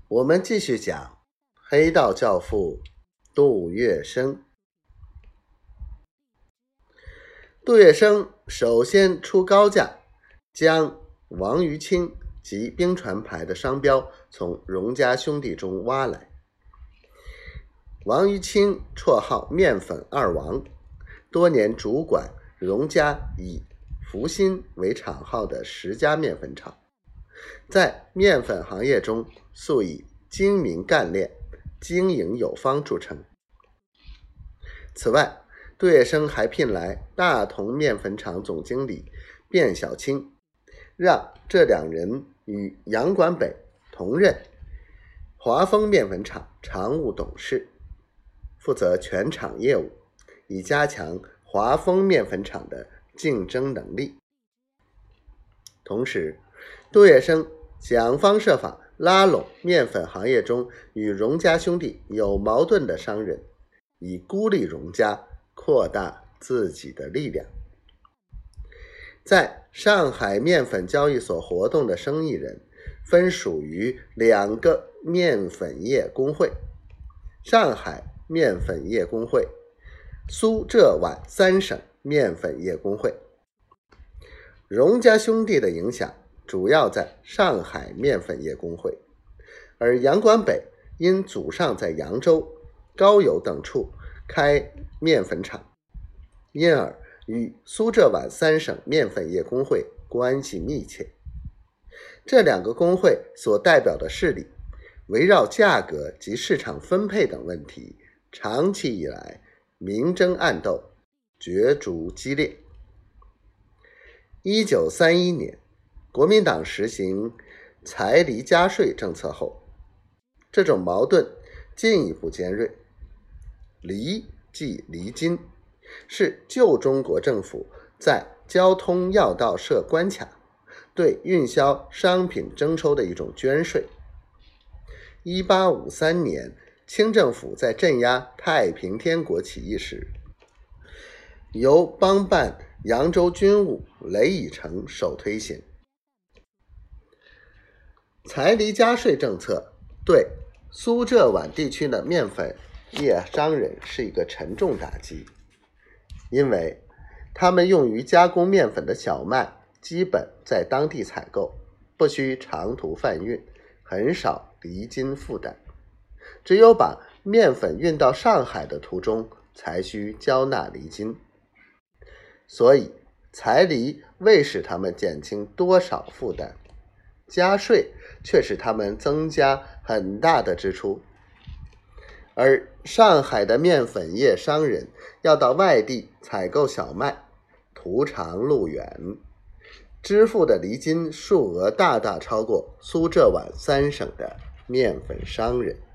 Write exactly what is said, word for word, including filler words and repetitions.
我们继续讲黑道教父杜月笙。杜月笙首先出高价，将王于清及兵船牌的商标从荣家兄弟中挖来。王于清绰号面粉二王，多年主管荣家以福兴为厂号的十家面粉厂，在面粉行业中素以精明干练、经营有方著称。此外，杜月笙还聘来大同面粉厂总经理卞小青，让这两人与杨管北同任华丰面粉厂常务董事，负责全厂业务，以加强华丰面粉厂的竞争能力。同时，杜月笙想方设法拉拢面粉行业中与荣家兄弟有矛盾的商人，以孤立荣家，扩大自己的力量。在上海面粉交易所活动的生意人分属于两个面粉业工会：上海面粉业工会、苏浙皖三省面粉业工会。荣家兄弟的影响主要在上海面粉业工会，而杨管北因祖上在扬州、高邮等处开面粉厂，因而与苏浙皖三省面粉业工会关系密切。这两个工会所代表的势力围绕价格及市场分配等问题，长期以来明争暗斗，角逐激烈。一九三一年，国民党实行财离加税政策后，这种矛盾进一步尖锐。离即离金，是旧中国政府在交通要道设关卡，对运销商品征收的一种捐税。一八五三年，清政府在镇压太平天国起义时，由帮办扬州军务雷以成首推行。财离加税政策对苏浙皖地区的面粉业商人是一个沉重打击，因为他们用于加工面粉的小麦基本在当地采购，不需长途贩运，很少离金负担，只有把面粉运到上海的途中才需交纳离金。所以财离未使他们减轻多少负担，加税却使他们增加很大的支出。而上海的面粉业商人要到外地采购小麦，途长路远，支付的离金数额大大超过苏浙皖三省的面粉商人。